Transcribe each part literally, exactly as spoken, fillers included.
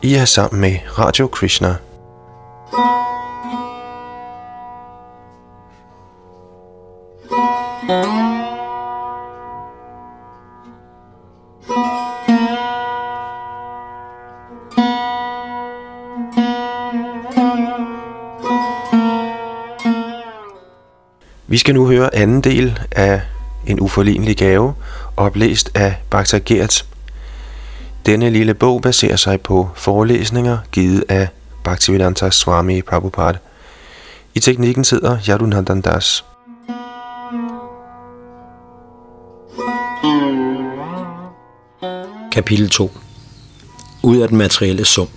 I er sammen med Radio Krishna. Vi skal nu høre anden del af En uforlignelig gave, oplæst af Bhakta Gert. Denne lille bog baserer sig på forelæsninger givet af Bhaktivedanta Swami Prabhupada. I teknikken sidder Yadunandan Das. Kapitel to. Ud af den materielle sump.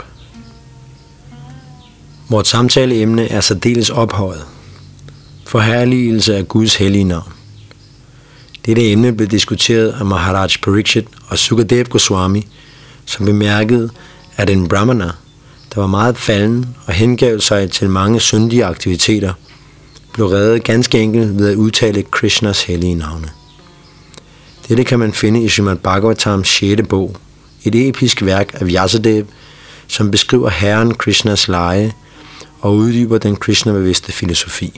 Vort samtaleemne er særdeles ophøjet. Forherligelse af Guds hellige navn. Dette emne blev diskuteret af Maharaj Parikshit og Sukadev Goswami, som bemærkede, at en brahmana, der var meget falden og hengav sig til mange syndige aktiviteter, blev reddet ganske enkelt ved at udtale Krishnas hellige navne. Dette kan man finde i Srimad Bhagavatams sjette bog, et episk værk af Vyasadeva, som beskriver Herren Krishnas leje og uddyber den Krishna-bevidste filosofi.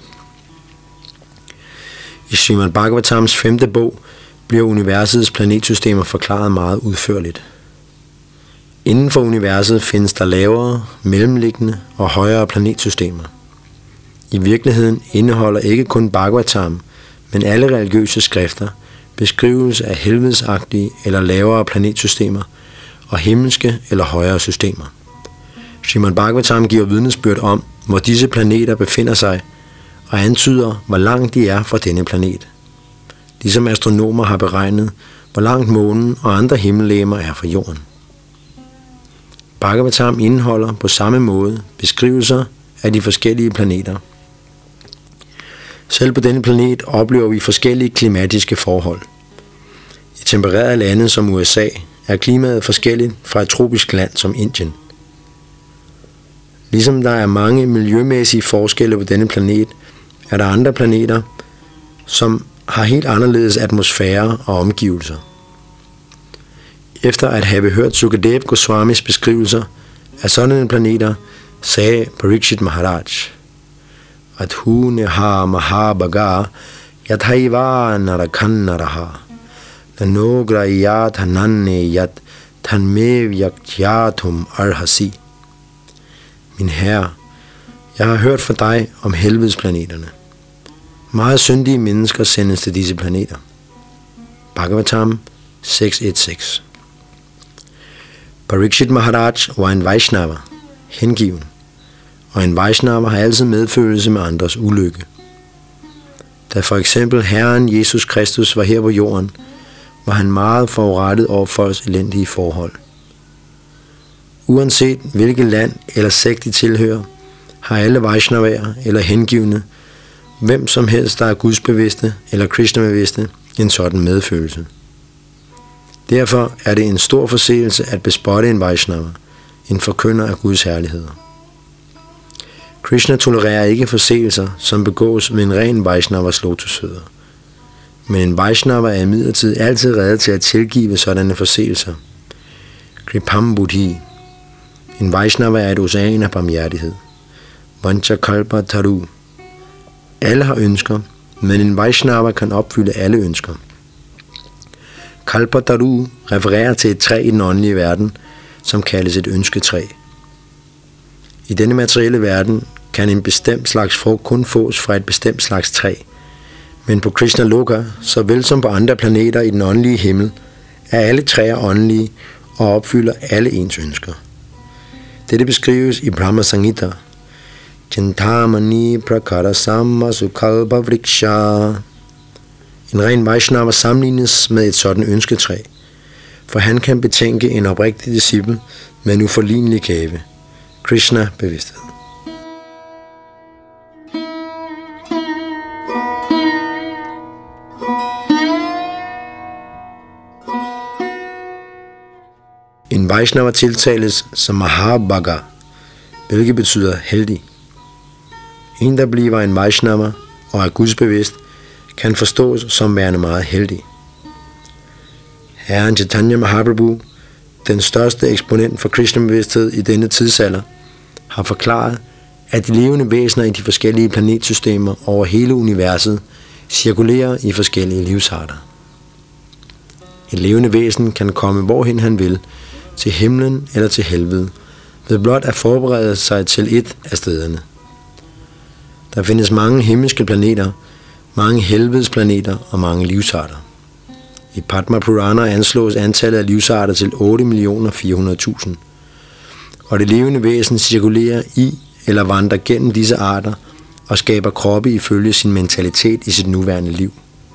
I Srimad Bhagavatams femte bog bliver universets planetsystemer forklaret meget udførligt. Inden for universet findes der lavere, mellemliggende og højere planetsystemer. I virkeligheden indeholder ikke kun Bhagavatam, men alle religiøse skrifter beskrivelse af helvedesagtige eller lavere planetsystemer og himmelske eller højere systemer. Srimad Bhagavatam giver vidnesbyrd om, hvor disse planeter befinder sig, og antyder, hvor langt de er fra denne planet. Ligesom astronomer har beregnet, hvor langt månen og andre himmellegemer er fra jorden. Bhagavatam indeholder på samme måde beskrivelser af de forskellige planeter. Selv på denne planet oplever vi forskellige klimatiske forhold. I tempererede lande som U S A er klimaet forskelligt fra et tropisk land som Indien. Ligesom der er mange miljømæssige forskelle på denne planet, er der andre planeter, som har helt anderledes atmosfære og omgivelser. Efter at have hørt Sukadev Goswamis beskrivelser af sådanne planeter, sagde Parikshit Maharaj, at hune har mahabhaga yathaiva narakannaraha nanogra yathananne yat thanmev yakyatum arhasi. Min herre, jeg har hørt fra dig om helvedesplaneterne. Meget syndige mennesker sendes til disse planeter. Bhagavatam seks et seks. Parikshit Maharaj var en Vaishnava, hengiven, og en Vaishnava har altid medfølelse med andres ulykke. Da for eksempel Herren Jesus Kristus var her på jorden, var han meget forurettet over folks elendige forhold. Uanset hvilket land eller sekt de tilhører, har alle Vaishnavaer eller hengivne, hvem som helst der er gudsbevidste eller Krishna-bevidste, en sådan medfølelse. Derfor er det en stor forseelse at bespotte en Vaishnava, en forkynder af Guds herligheder. Krishna tolererer ikke forseelser, som begås med en ren Vaishnavas lotusfødder. Men en Vaishnava er imidlertid altid reddet til at tilgive sådanne forseelser. Kripam Buddhi. En Vaishnava er et ocean af barmhjertighed. Vanchakalpa Taru. Alle har ønsker, men en Vaishnava kan opfylde alle ønsker. Kalpataru refererer til et træ i den åndelige verden, som kaldes et ønsketræ. I denne materielle verden kan en bestemt slags frugt kun fås fra et bestemt slags træ, men på Krishna Loka, såvel som på andre planeter i den åndelige himmel, er alle træer åndelige og opfylder alle ens ønsker. Dette beskrives i Brahma Samhita. Chintamani prakara samma sukalpa vriksha. En ren Vaishnava sammenlignes med et sådan ønsketræ, for han kan betænke en oprigtig disciple med en uforlignelig gave, Krishna-bevidsthed. En Vaishnava tiltales som Mahabhaga, hvilket betyder heldig. En, der bliver en Vaishnava og er gudsbevidst, kan forstås som værende meget heldig. Herren Chaitanya Mahaprabhu den største eksponent for Krishna-bevidsthed i denne tidsalder, har forklaret, at de levende væsener i de forskellige planetsystemer over hele universet cirkulerer i forskellige livsarter. Et levende væsen kan komme hvorhen han vil, til himlen eller til helvede, ved blot at forberede sig til et af stederne. Der findes mange himmelske planeter, mange helvedesplaneter og mange livsarter. I Padma Purana anslås antallet af livsarter til otte millioner fire hundrede tusind, og det levende væsen cirkulerer i eller vandrer gennem disse arter og skaber kroppe ifølge sin mentalitet i sit nuværende liv.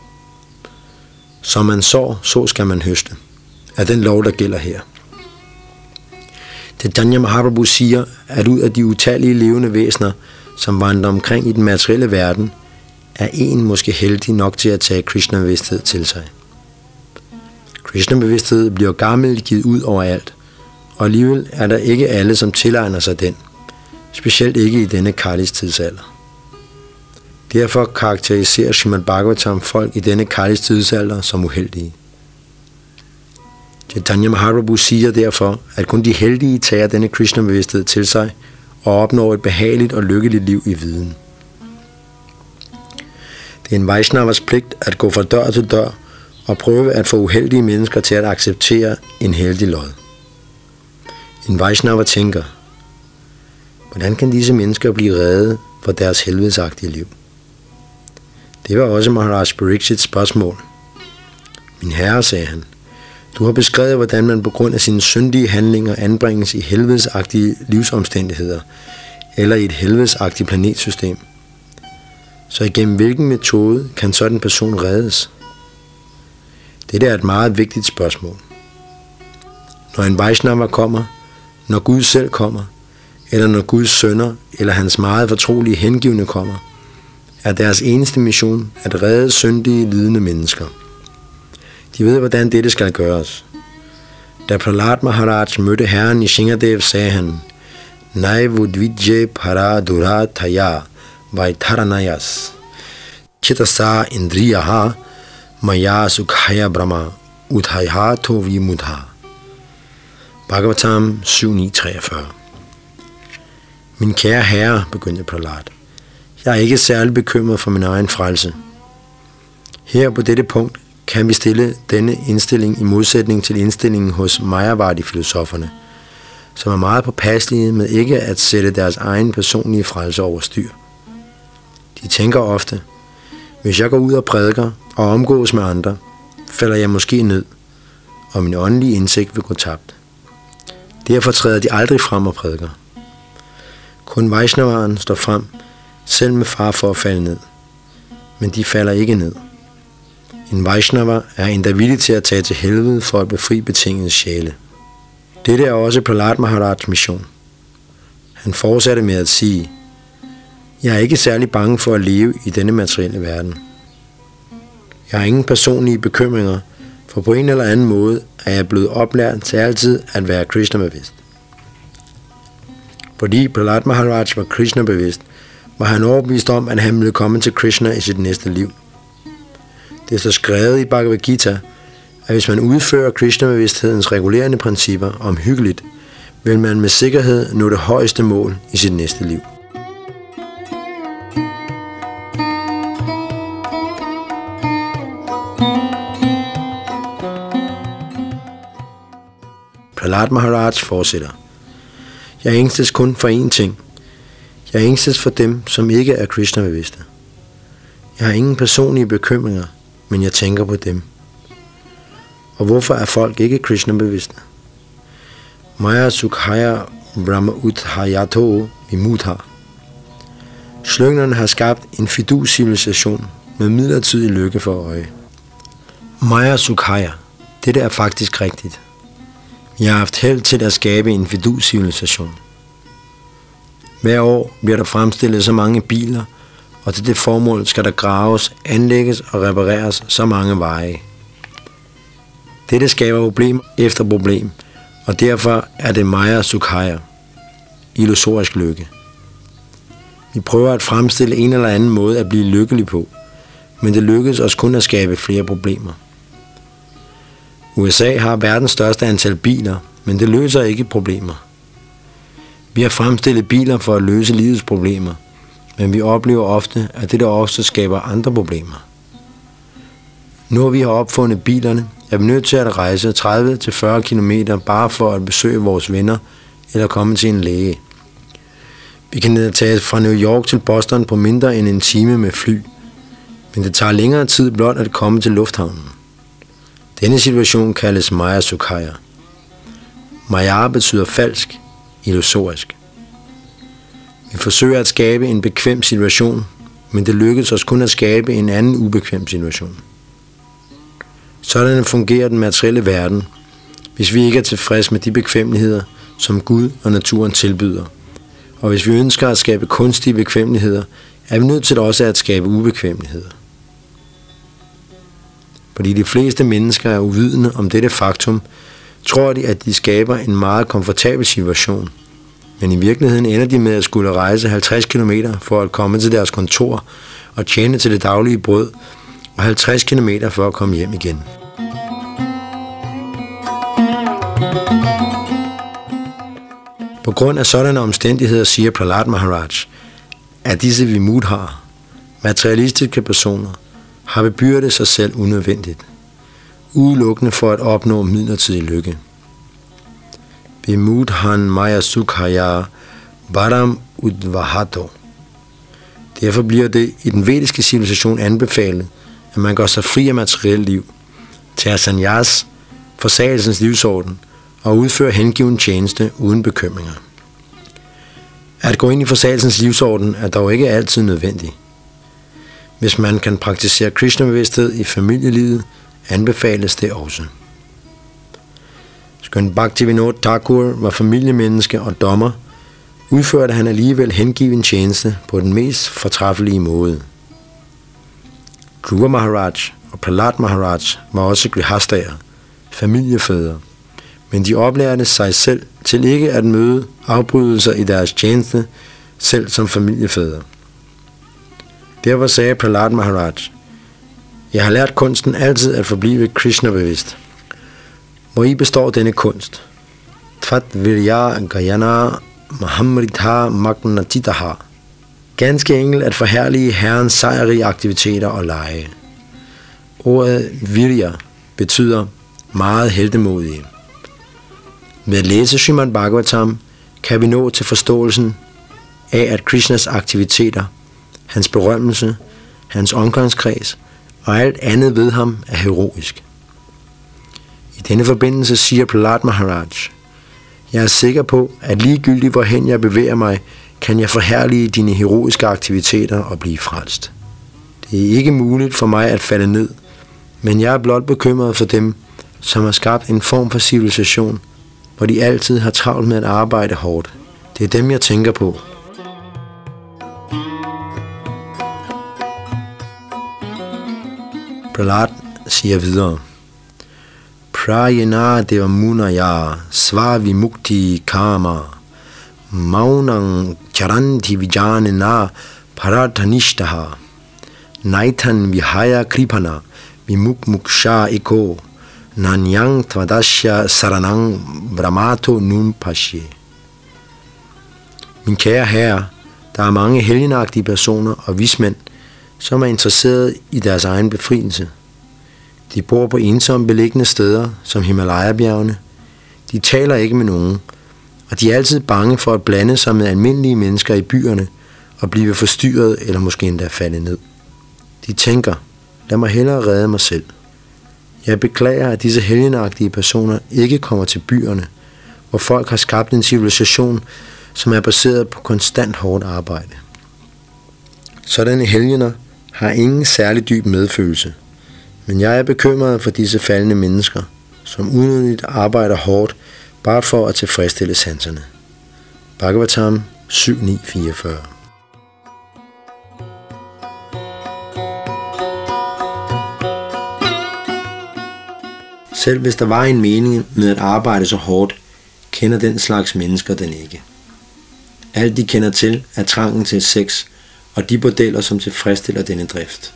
Som man sår, så skal man høste, er den lov, der gælder her. Chaitanya Mahaprabhu siger, at ud af de utallige levende væsener, som vandrer omkring i den materielle verden, er en måske heldig nok til at tage Krishna-bevidsthed til sig. Krishna-bevidsthed bliver gammelt givet ud overalt, og alligevel er der ikke alle, som tilegner sig den, specielt ikke i denne Kalis tidsalder. Derfor karakteriserer Srimad Bhagavatam folk i denne Kalis tidsalder som uheldige. Chaitanya Mahaprabhu siger derfor, at kun de heldige tager denne Krishna-bevidsthed til sig og opnår et behageligt og lykkeligt liv i viden. Det er en Vaishnavas pligt at gå fra dør til dør og prøve at få uheldige mennesker til at acceptere en heldig lod. En Vaishnava tænker, hvordan kan disse mennesker blive reddet fra deres helvedesagtige liv? Det var også Maharaj Parikshits spørgsmål. Min herre, sagde han, du har beskrevet, hvordan man på grund af sine syndige handlinger anbringes i helvedesagtige livsomstændigheder eller i et helvedesagtigt planetsystem. Så igennem hvilken metode kan sådan en person reddes? Dette er et meget vigtigt spørgsmål. Når en Vaishnava kommer, når Gud selv kommer, eller når Guds sønner eller hans meget fortrolige hengivne kommer, er deres eneste mission at redde syndige, lidende mennesker. De ved, hvordan dette skal gøres. Da Prahlad Maharaj mødte herren i Shingadev, sagde han, Naivudvidje para durataya vaitaranayas chitasa indriyaha maya sukhaya brahma udhayato vimudha. Bhagavatam syv ni treogfyrre. Min kære herre, begyndte Prahlad, jeg er ikke særlig bekymret for min egen frelse. Her på dette punkt kan vi stille denne indstilling i modsætning til indstillingen hos Mayavadi-filosoferne, som er meget påpasselige med ikke at sætte deres egen personlige frelse over styr. De tænker ofte, hvis jeg går ud og prædiker og omgås med andre, falder jeg måske ned, og min åndelige indsigt vil gå tabt. Derfor træder de aldrig frem og prædiker. Kun Vaishnavaren står frem, selv med far for at falde ned. Men de falder ikke ned. En Vaishnava er endda villig til at tage til helvede for at befri betingede sjæle. Dette er også Prahlad Maharajs mission. Han fortsatte med at sige, jeg er ikke særlig bange for at leve i denne materielle verden. Jeg har ingen personlige bekymringer, for på en eller anden måde er jeg blevet oplært til altid at være Krishna-bevidst. Fordi Prahlad Maharaj var Krishna-bevidst, var han overbevist om, at han ville komme til Krishna i sit næste liv. Det står skrevet i Bhagavad Gita, at hvis man udfører Krishna-bevidsthedens regulerende principper omhyggeligt, vil man med sikkerhed nå det højeste mål i sit næste liv. Prahlad Maharaj fortsætter. Jeg ængstes kun for én ting. Jeg ængstes for dem, som ikke er Krishna-bevidste. Jeg har ingen personlige bekymringer, men jeg tænker på dem. Og hvorfor er folk ikke Krishna-bevidste? Maya sukhaya brahma udhayato vimudha. Slyngerne har skabt en fidus-civilisation med midlertidig lykke for øje. Maya sukhaya. Dette er faktisk rigtigt. Jeg har haft held til at skabe en fidus-civilisation. Hver år bliver der fremstillet så mange biler, og til det formål skal der graves, anlægges og repareres så mange veje. Dette skaber problem efter problem, og derfor er det Maya Sukhaya, illusorisk lykke. Vi prøver at fremstille en eller anden måde at blive lykkelig på, men det lykkes os kun at skabe flere problemer. U S A har verdens største antal biler, men det løser ikke problemer. Vi har fremstillet biler for at løse livets problemer, men vi oplever ofte, at det der også skaber andre problemer. Når vi har opfundet bilerne, er vi nødt til at rejse tredive til fyrre kilometer bare for at besøge vores venner eller komme til en læge. Vi kan tage fra New York til Boston på mindre end en time med fly, men det tager længere tid blot at komme til lufthavnen. Denne situation kaldes Maya Sukhaya. Maya betyder falsk, illusorisk. Vi forsøger at skabe en bekvem situation, men det lykkedes os kun at skabe en anden ubekvem situation. Sådan fungerer den materielle verden, hvis vi ikke er tilfreds med de bekvemmeligheder, som Gud og naturen tilbyder. Og hvis vi ønsker at skabe kunstige bekvemmeligheder, er vi nødt til også at skabe ubekvemmeligheder. Fordi de fleste mennesker er uvidende om dette faktum, tror de, at de skaber en meget komfortabel situation. Men i virkeligheden ender de med at skulle rejse halvtreds kilometer for at komme til deres kontor og tjene til det daglige brød, og halvtreds kilometer for at komme hjem igen. På grund af sådanne omstændigheder, siger Prahlad Maharaj, at disse vimudhar, materialistiske personer, har bebyrdet sig selv unødvendigt, udelukkende for at opnå midlertidig lykke. Vimudhan maya sukhaya baram udvahato. Derfor bliver det i den vediske civilisation anbefalet, at man gør sig fri af materielt liv, tager sanyas, forsagelsens livsorden, og udfører hengiven tjeneste uden bekymringer. At gå ind i forsagelsens livsorden er dog ikke altid nødvendigt. Hvis man kan praktisere Krishna-bevidsthed i familielivet, anbefales det også. Skønt Bhaktivinoda Thakur var familiemenneske og dommer, udførte han alligevel hengiven tjeneste på den mest fortræffelige måde. Dhruva Maharaj og Prahlad Maharaj var også grihastaer, familiefædre, men de oplærte sig selv til ikke at møde afbrydelser i deres tjeneste, selv som familiefædre. Derfor sagde Prahlad Maharaj, jeg har lært kunsten altid at forblive Krishna-bevidst. Hvor i består denne kunst? Tvat virya gayana mahamritha magnatitaha. Ganske enkelt at forherlige Herrens sejrige aktiviteter og lege. Ordet virya betyder meget heltemodige. Ved at læse Srimad Bhagavatam kan vi nå til forståelsen af, at Krishnas aktiviteter, hans berømmelse, hans omgangskreds og alt andet ved ham er heroisk. I denne forbindelse siger Prahlad Maharaj, jeg er sikker på, at ligegyldigt hvorhen jeg bevæger mig, kan jeg forherlige dine heroiske aktiviteter og blive frelst. Det er ikke muligt for mig at falde ned, men jeg er blot bekymret for dem, som har skabt en form for civilisation, hvor de altid har travlt med at arbejde hårdt. Det er dem, jeg tænker på. Prahlad siger videre, Prayena deva munaya svavi mukti kama maunang charanti vijanena parathanishtaha naitan vihaya kripana vimuk muksha eko nanyang tvadasya saranang brahmato numpashe. Min kære herre, der er mange helgenagtige personer og vismænd, som er interesseret i deres egen befrielse. De bor på ensomme beliggende steder, som Himalaya-bjergene. De taler ikke med nogen, og de er altid bange for at blande sig med almindelige mennesker i byerne og blive forstyrret eller måske endda falde ned. De tænker, lad mig hellere redde mig selv. Jeg beklager, at disse helgenagtige personer ikke kommer til byerne, hvor folk har skabt en civilisation, som er baseret på konstant hårdt arbejde. Sådanne helgener har ingen særlig dyb medfølelse, men jeg er bekymret for disse faldne mennesker, som unødigt arbejder hårdt, bare for at tilfredsstille sanserne. Bhagavatam syv ni fireogfyrre. Selv hvis der var en mening med at arbejde så hårdt, kender den slags mennesker den ikke. Alt de kender til er trangen til sex og de bordeller, som tilfredsstiller denne drift.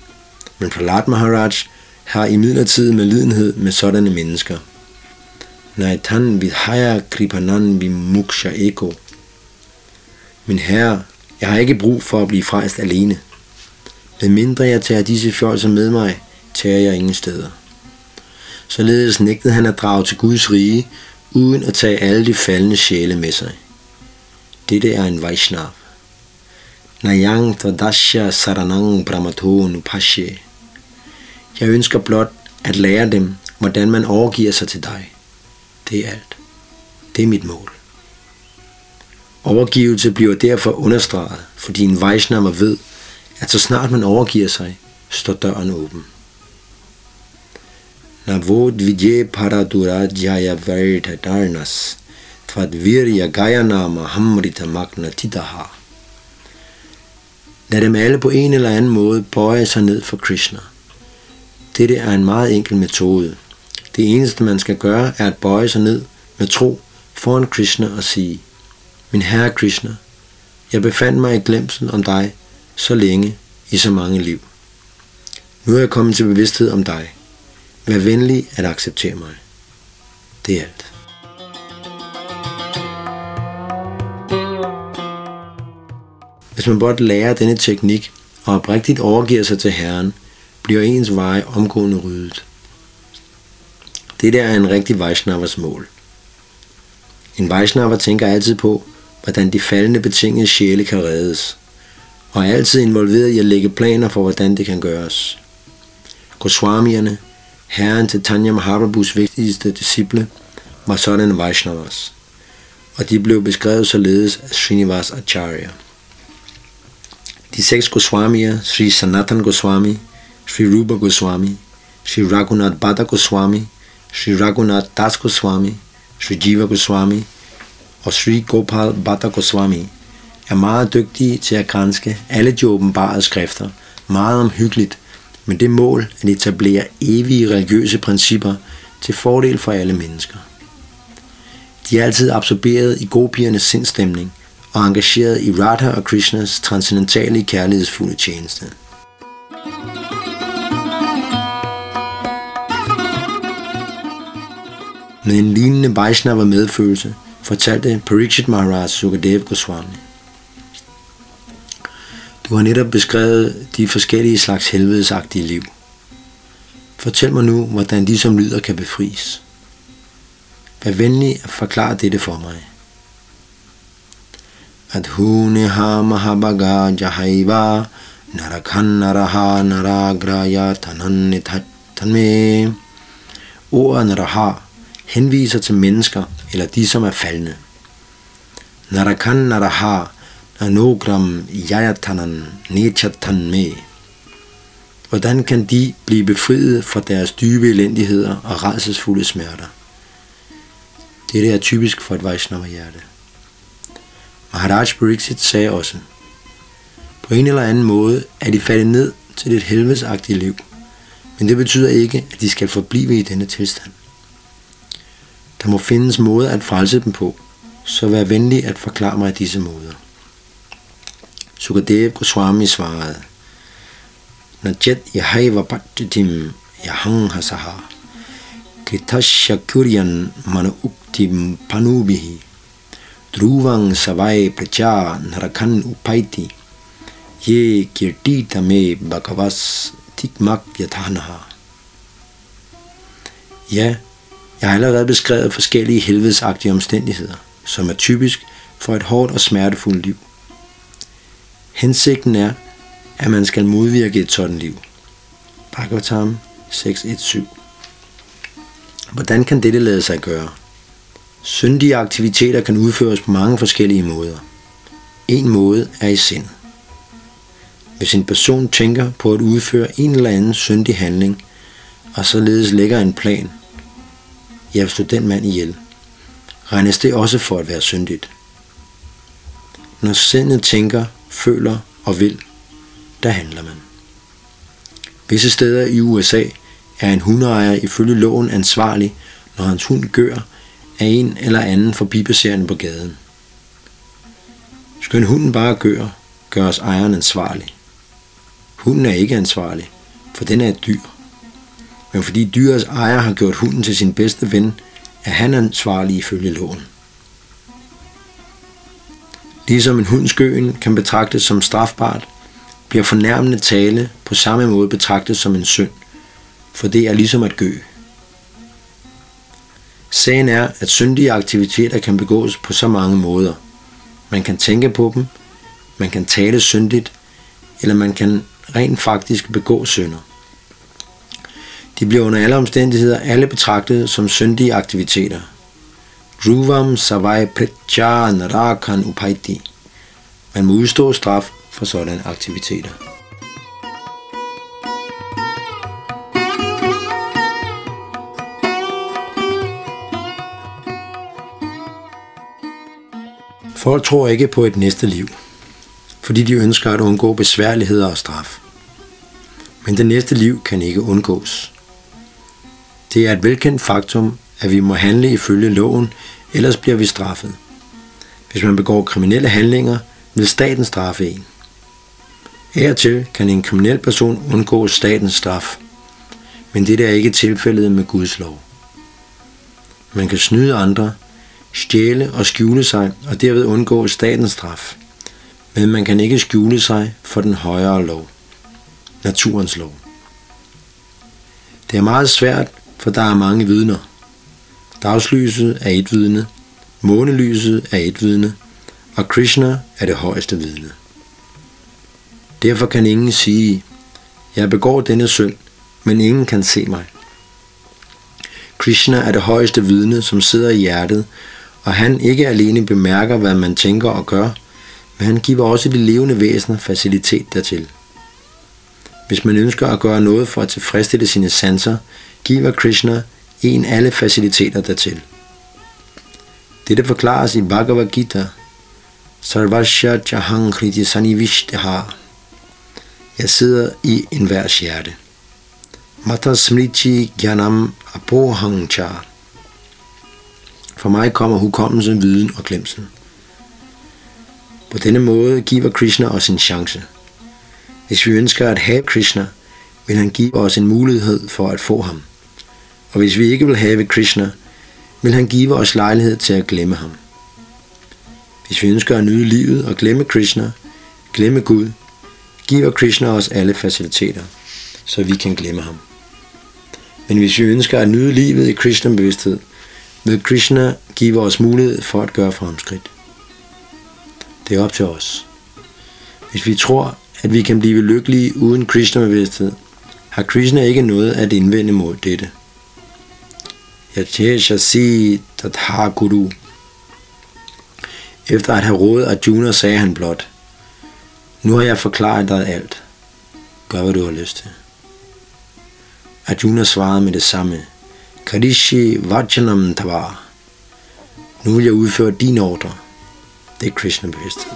Men Prahlad Maharaj har imidlertid medlidenhed med sådanne mennesker. Naitan vidhaya kripanan vimuksha eko. Min herre, jeg har ikke brug for at blive frelst alene. Med mindre jeg tager disse fjolser med mig, tager jeg ingen steder. Således nægtede han at drage til Guds rige, uden at tage alle de faldende sjæle med sig. Dette er en Vaishnav. Nayang Tadasya Saranang Brahmato Nupashe. Jeg ønsker blot at lære dem, hvordan man overgiver sig til dig. Det er alt. Det er mit mål. Overgivelse bliver derfor understreget, fordi en Vaishnava ved, at så snart man overgiver sig, står døren åben. Navod vidye paradurajaya varita darnas, tvad virya gayana mahamrita magna tidaha. Lad dem alle på en eller anden måde bøje sig ned for Krishna. Dette er en meget enkel metode. Det eneste man skal gøre er at bøje sig ned med tro foran Krishna og sige: Min herre Krishna, jeg befandt mig i glemsel om dig så længe i så mange liv. Nu er jeg kommet til bevidsthed om dig. Vær venlig at acceptere mig. Det er alt. Hvis man blot lærer denne teknik og oprigtigt overgiver sig til Herren, bliver ens veje omgående ryddet. Dette er en rigtig Vaishnavas mål. En Vaishnava tænker altid på, hvordan de faldende betingede sjæle kan reddes, og er altid involveret i at lægge planer for, hvordan det kan gøres. Goswamierne, herren til Chaitanya Mahaprabhus vigtigste disciple, var sådan Vaishnavas, og de blev beskrevet således af Srinivas Acharya. De seks Goswamier, Sri Sanatan Goswami, Sri Rupa Goswami, Sri Raghunath Bhatta Goswami, Sri Raghunath Das Goswami, Sri Jiva Goswami og Sri Gopal Bhatta Goswami er meget dygtige til at granske alle de åbenbarede skrifter, meget omhyggeligt, med det mål at etablere evige religiøse principper til fordel for alle mennesker. De er altid absorberet i gopiernes sindstemning og engageret i Radha og Krishnas transcendentale kærlighedsfulde tjeneste. Med en lignende Vaishnava medfølelse fortalte Parikshit Maharaj Sukadev Goswami: Du har netop beskrevet de forskellige slags helvedesagtige liv. Fortæl mig nu, hvordan de som lyder kan befries. Vær venlig at forklare dette for mig. Adhuneha mahabaga jahaiva narakhan naraha naragraya tananne tanme. Ordet naraha henviser til mennesker eller de som er faldne. Narakhan naraha nanogram yayatanan nechatan me. Hvordan kan de blive befriet fra deres dybe elendigheder og rædselsfulde smerter? Dette er typisk for et Vaishnava-hjerte. Maharaj Pariksit sagde også: På en eller anden måde er de faldet ned til et helvedesagtigt liv, men det betyder ikke, at de skal forblive i denne tilstand. Der må findes måder at frelse dem på, så vær venlig at forklare mig disse måder. Sukadev Goswami svarede: Najet yahaiva pattitim yahang hasaha kritasya kuryan mana uktim panubihi druvang savai pracha narakhan upaiti ye kirtita me bhagavas tikmak yathanaha. Ja, jeg har allerede beskrevet forskellige helvedesagtige omstændigheder, som er typisk for et hårdt og smertefuldt liv. Hensigten er, at man skal modvirke et sådan liv. Bhagavatam seks et syv. Hvordan kan dette lade sig gøre? Syndige aktiviteter kan udføres på mange forskellige måder. En måde er i sindet. Hvis en person tænker på at udføre en eller anden syndig handling, og således lægger en plan, jeg vil slå den mand ihjel, regnes det også for at være syndigt. Når sindet tænker, føler og vil, der handler man. Visse steder i U S A er en hundeejer ifølge loven ansvarlig, når hans hund gør af en eller anden forbipasserende på gaden. Skøn hunden bare gør, gøres ejeren ansvarlig. Hunden er ikke ansvarlig, for den er et dyr. Men fordi dyrets ejer har gjort hunden til sin bedste ven, er han ansvarlig ifølge loven. Ligesom en hunds gøen kan betragtes som strafbart, bliver fornærmende tale på samme måde betragtet som en synd, for det er ligesom at gø. Sagen er, at syndige aktiviteter kan begås på så mange måder. Man kan tænke på dem, man kan tale syndigt, eller man kan rent faktisk begå synder. De bliver under alle omstændigheder alle betragtet som syndige aktiviteter. Dhruvam savai pritya narakan upaiti. Man må udstå straf for sådanne aktiviteter. Folk tror ikke på et næste liv, fordi de ønsker at undgå besværligheder og straf. Men det næste liv kan ikke undgås. Det er et velkendt faktum, at vi må handle ifølge loven, ellers bliver vi straffet. Hvis man begår kriminelle handlinger, vil staten straffe en. Hertil kan en kriminel person undgå statens straf, men det er ikke tilfældet med Guds lov. Man kan snyde andre, stjæle og skjule sig, og derved undgå statens straf, men man kan ikke skjule sig for den højere lov, naturens lov. Det er meget svært, for der er mange vidner. Dagslyset er et vidne, månelyset er et vidne, og Krishna er det højeste vidne. Derfor kan ingen sige, jeg begår denne synd, men ingen kan se mig. Krishna er det højeste vidne, som sidder i hjertet, og han ikke alene bemærker, hvad man tænker og gør, men han giver også de levende væsener facilitet dertil. Hvis man ønsker at gøre noget for at tilfredsstille sine sanser, giver Krishna en alle faciliteter dertil. Dette forklares i Bhagavad Gita. Sarvasya Jahang Kriti Sanivishtaha. Jeg sidder i enhvers hjerte. Mata Smriti Gyanam Apohangcha. For mig kommer hukommelsen, viden og glemsel. På denne måde giver Krishna os en chance. Hvis vi ønsker at have Krishna, vil han give os en mulighed for at få ham. Og hvis vi ikke vil have Krishna, vil han give os lejlighed til at glemme ham. Hvis vi ønsker at nyde livet og glemme Krishna, glemme Gud, giver Krishna os alle faciliteter, så vi kan glemme ham. Men hvis vi ønsker at nyde livet i Krishna-bevidsthed, vil Krishna give os mulighed for at gøre fremskridt. Det er op til os. Hvis vi tror, at vi kan blive lykkelige uden Krishna-bevidsthed, har Krishna ikke noget at indvende mod dette. Yateshasi tatha guru. Efter at have rådet Arjuna, sagde han blot, nu har jeg forklaret dig alt. Gør hvad du har lyst til. Arjuna svarede med det samme. Karishi vachanam tava. Nu vil jeg udføre din ordre. Det er Krishna-bevidsthed.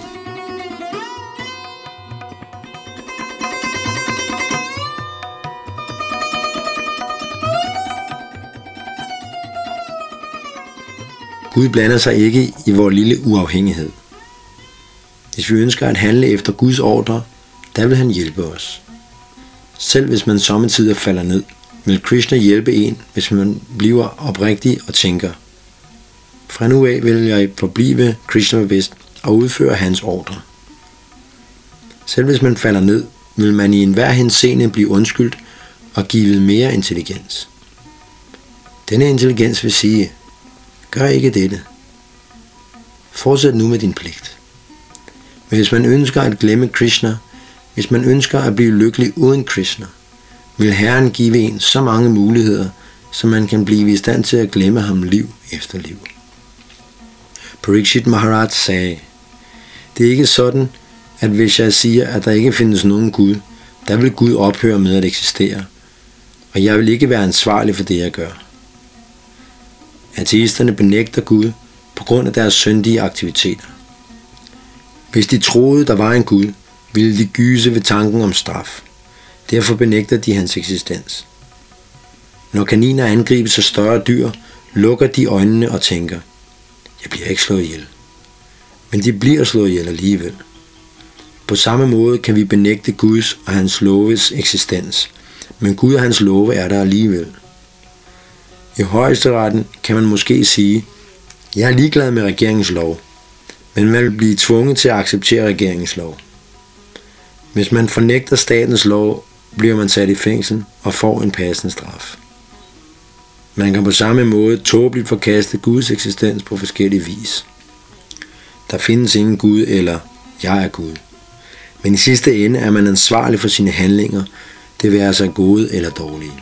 Gud blander sig ikke i vores lille uafhængighed. Hvis vi ønsker at handle efter Guds ordre, der vil han hjælpe os. Selv hvis man sommetider falder ned, vil Krishna hjælpe en, hvis man bliver oprigtig og tænker, fra nu af vil jeg forblive Krishna-bevidst og udføre hans ordre. Selv hvis man falder ned, vil man i enhver henseende blive undskyldt og givet mere intelligens. Denne intelligens vil sige, gør ikke dette. Fortsæt nu med din pligt. Men hvis man ønsker at glemme Krishna, hvis man ønsker at blive lykkelig uden Krishna, vil Herren give en så mange muligheder, så man kan blive i stand til at glemme ham liv efter liv. Parikshit Maharaj sagde, det er ikke sådan, at hvis jeg siger, at der ikke findes nogen Gud, der vil Gud ophøre med at eksistere, og jeg vil ikke være ansvarlig for det, jeg gør. Ateisterne benægter Gud på grund af deres syndige aktiviteter. Hvis de troede, der var en Gud, ville de gyse ved tanken om straf. Derfor benægter de hans eksistens. Når kaniner angribes af større dyr, lukker de øjnene og tænker, jeg bliver ikke slået ihjel. Men de bliver slået ihjel alligevel. På samme måde kan vi benægte Guds og hans loves eksistens, men Gud og hans love er der alligevel. I højesteretten kan man måske sige, jeg er ligeglad med regeringens lov, men man vil blive tvunget til at acceptere regeringens lov. Hvis man fornægter statens lov, bliver man sat i fængsel og får en passende straf. Man kan på samme måde tåbeligt forkaste Guds eksistens på forskellige vis. Der findes ingen Gud eller jeg er Gud. Men i sidste ende er man ansvarlig for sine handlinger, det være sig gode eller dårlige.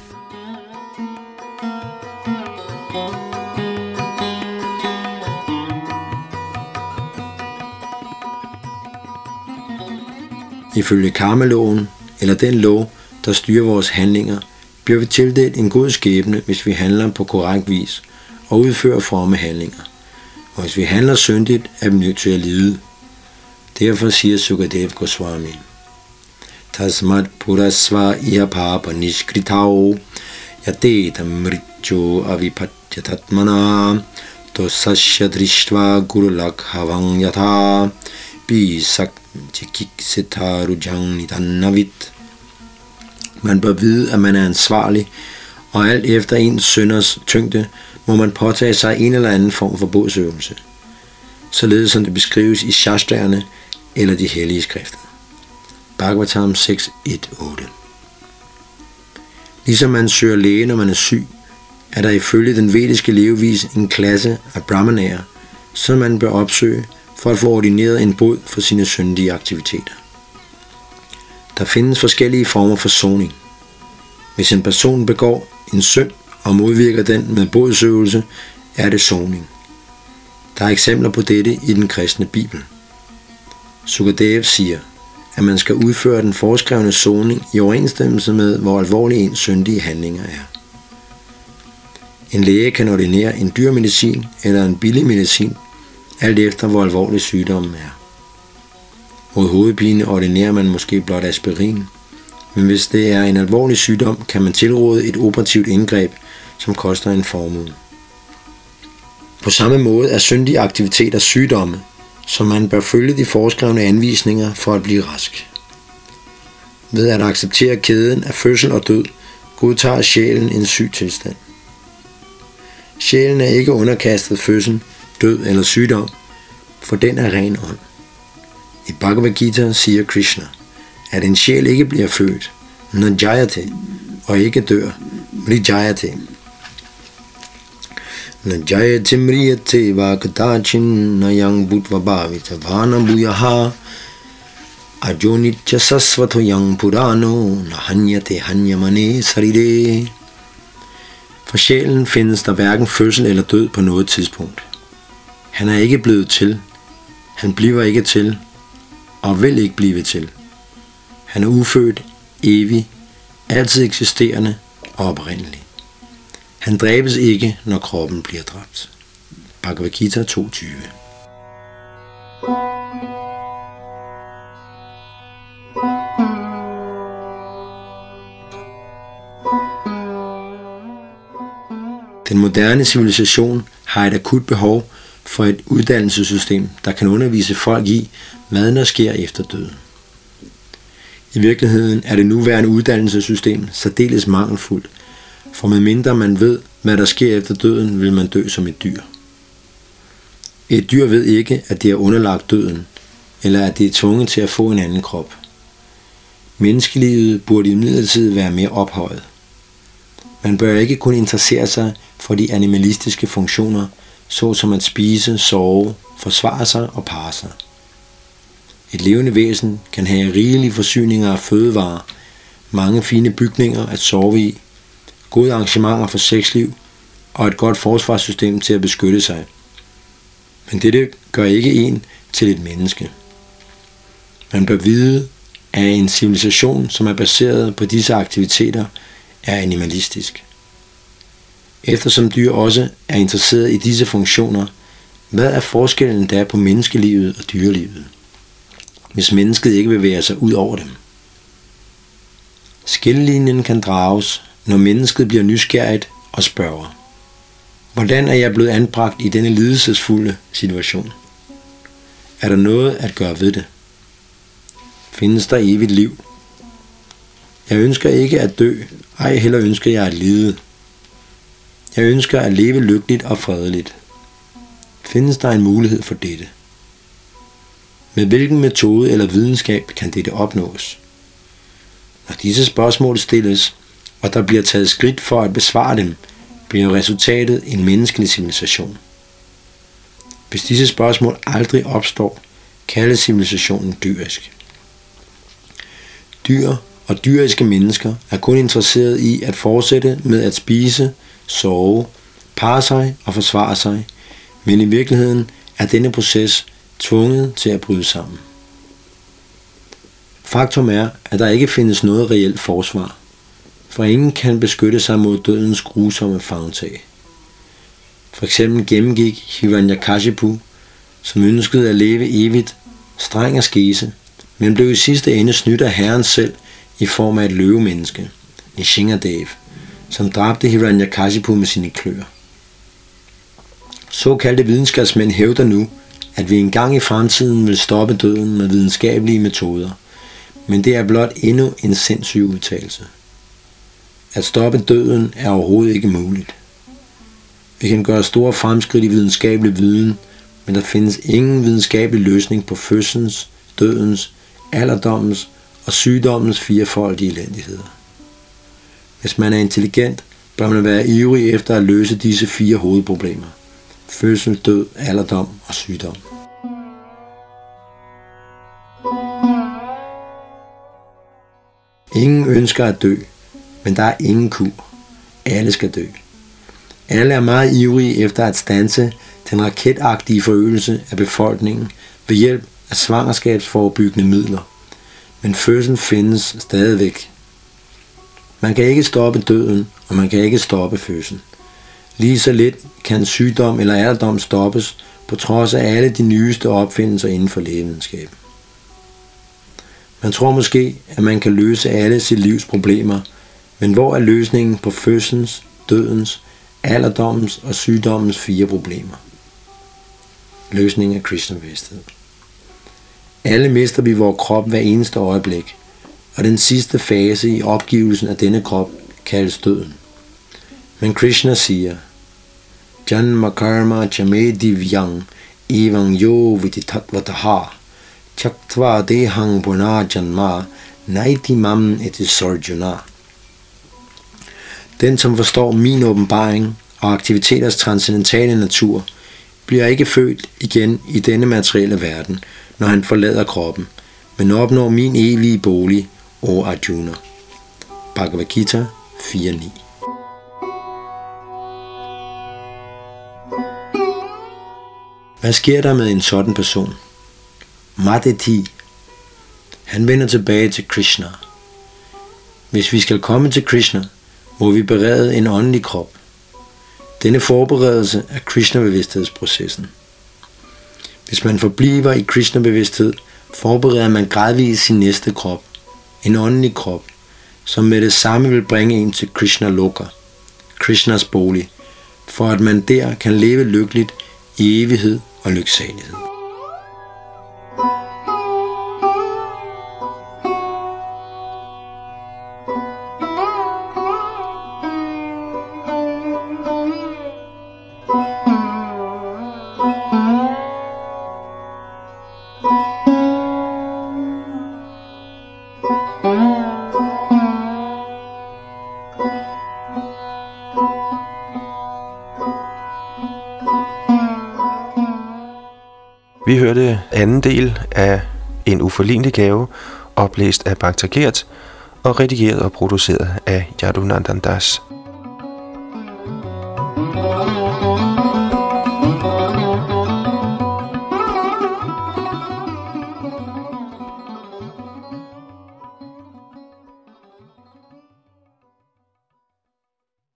Ifølge karmaloven, eller den lov, der styrer vores handlinger, bliver vi tildelt en god skæbne, hvis vi handler på korrekt vis og udfører fromme handlinger. Og hvis vi handler syndigt, er vi nødt til at lide. Derfor siger Sukadev Goswami, Tasmat purasva iha papa nishkritao yateta mrityo avipatyatatmana tosasya drishtva gurulak havang yatha bisak jikik nidannavit. Man bør vide, at man er ansvarlig, og alt efter ens synders tyngde, må man påtage sig en eller anden form for bodsøvelse, således som det beskrives i shastraerne eller de hellige skrifter. Bhagavatam seks et otte. Ligesom man søger læge, når man er syg, er der ifølge den vediske levevis en klasse af brahmanaer, som man bør opsøge for at få ordineret en bod for sine syndige aktiviteter. Der findes forskellige former for soning. Hvis en person begår en synd og modvirker den med bodsøvelse, er det soning. Der er eksempler på dette i den kristne bibel. Sukadev siger, at man skal udføre den foreskrevne soning i overensstemmelse med, hvor alvorlige ens syndige handlinger er. En læge kan ordinere en dyr medicin eller en billig medicin, alt efter hvor alvorlig sygdommen er. Mod hovedpine ordinerer man måske blot aspirin, men hvis det er en alvorlig sygdom, kan man tilråde et operativt indgreb, som koster en formue. På samme måde er syndige aktiviteter sygdomme, så man bør følge de foreskrevne anvisninger for at blive rask. Ved at acceptere kæden af fødsel og død, godtager sjælen en syg tilstand. Sjælen er ikke underkastet fødsel, død eller sygdom, for den er ren ånd. I Bhagavad Gita siger Krishna, at en sjæl ikke bliver født, najayate, og ikke dør, mrijayate. Najayate mriyate vakadachin nayang bhutva bhavita vanabhuyaha ajonitya sasvato yang purano nahanyate hanyamane sarire. For sjælen findes der hverken fødsel eller død på noget tidspunkt. Han er ikke blevet til, han bliver ikke til, og vil ikke blive til. Han er ufødt, evig, altid eksisterende og oprindelig. Han dræbes ikke, når kroppen bliver dræbt. Bhagavad Gita to tyve. Den moderne civilisation har et akut behov for et uddannelsessystem, der kan undervise folk i, hvad der sker efter døden. I virkeligheden er det nuværende uddannelsessystem særdeles mangelfuldt, for medmindre man ved, hvad der sker efter døden, vil man dø som et dyr. Et dyr ved ikke, at det er underlagt døden, eller at det er tvunget til at få en anden krop. Menneskelivet burde imidlertid være mere ophøjet. Man bør ikke kun interessere sig for de animalistiske funktioner, såsom at spise, sove, forsvare sig og parre sig. Et levende væsen kan have rigelige forsyninger af fødevarer, mange fine bygninger at sove i, gode arrangementer for sexliv og et godt forsvarssystem til at beskytte sig. Men dette gør ikke en til et menneske. Man bør vide, at en civilisation, som er baseret på disse aktiviteter, er animalistisk. Eftersom dyr også er interesseret i disse funktioner, hvad er forskellen der på menneskelivet og dyrelivet, hvis mennesket ikke bevæger sig ud over dem? Skillelinjen kan drages, når mennesket bliver nysgerrigt og spørger, hvordan er jeg blevet anbragt i denne lidelsesfulde situation? Er der noget at gøre ved det? Findes der evigt liv? Jeg ønsker ikke at dø, ej heller ønsker jeg at lide. Jeg ønsker at leve lykkeligt og fredeligt. Findes der en mulighed for dette? Med hvilken metode eller videnskab kan dette opnås? Når disse spørgsmål stilles, og der bliver taget skridt for at besvare dem, bliver resultatet en menneskelig civilisation. Hvis disse spørgsmål aldrig opstår, kaldes civilisationen dyrisk. Dyr og dyriske mennesker er kun interesseret i at fortsætte med at spise, sove, parre sig og forsvare sig, men i virkeligheden er denne proces tvunget til at bryde sammen. Faktum er, at der ikke findes noget reelt forsvar, for ingen kan beskytte sig mod dødens grusomme favntag. For eksempel gennemgik Hiranyakashipu, som ønskede at leve evigt, streng askese, men blev i sidste ende snydt af Herren selv i form af et løvemenneske, Nishingadev, som dræbte Hiranyakashipu med sine kløer. Såkaldte videnskabsmænd hævder nu, at vi engang i fremtiden vil stoppe døden med videnskabelige metoder, men det er blot endnu en sindssyg udtalelse. At stoppe døden er overhovedet ikke muligt. Vi kan gøre store fremskridt i videnskabelig viden, men der findes ingen videnskabelig løsning på fødselens, dødens, alderdommens og sygdommens firefoldige elendigheder. Hvis man er intelligent, bør man være ivrig efter at løse disse fire hovedproblemer: fødsel, død, alderdom og sygdom. Ingen ønsker at dø, men der er ingen kur. Alle skal dø. Alle er meget ivrige efter at standse den raketagtige forøgelse af befolkningen ved hjælp af svangerskabsforebyggende midler. Men fødslen findes stadigvæk. Man kan ikke stoppe døden, og man kan ikke stoppe fødslen. Lige så lidt kan sygdom eller alderdom stoppes, på trods af alle de nyeste opfindelser inden for lægevidenskab. Man tror måske, at man kan løse alle sit livs problemer, men hvor er løsningen på fødselens, dødens, alderdommens og sygdommens fire problemer? Løsningen er Krishna-bevidsthed. Alle mister vi vores krop hver eneste øjeblik, og den sidste fase i opgivelsen af denne krop kaldes døden. Men Krishna siger, Janma karma chame divyang evang yo viditatvataha chaktva dehang purna janma naiti mam eti sarjuna. Den, som forstår min åbenbaring og aktiviteters transcendentale natur, bliver ikke født igen i denne materielle verden, når han forlader kroppen, men opnår min evige bolig, o Arjuna. Bhagavad Gita fire ni. Hvad sker der med en sådan person? Madeti. Han vender tilbage til Krishna. Hvis vi skal komme til Krishna, må vi berede en åndelig krop. Denne forberedelse er Krishna-bevidsthedsprocessen. Hvis man forbliver i Krishna-bevidsthed, forbereder man gradvist sin næste krop, en åndelig krop, som med det samme vil bringe en til Krishna-loka, Krishnas bolig, for at man der kan leve lykkeligt i evighed og lyksalighed. Vi hørte anden del af En uforlignelig gave, oplæst af Bhakta Gert og redigeret og produceret af Yadunandan Das.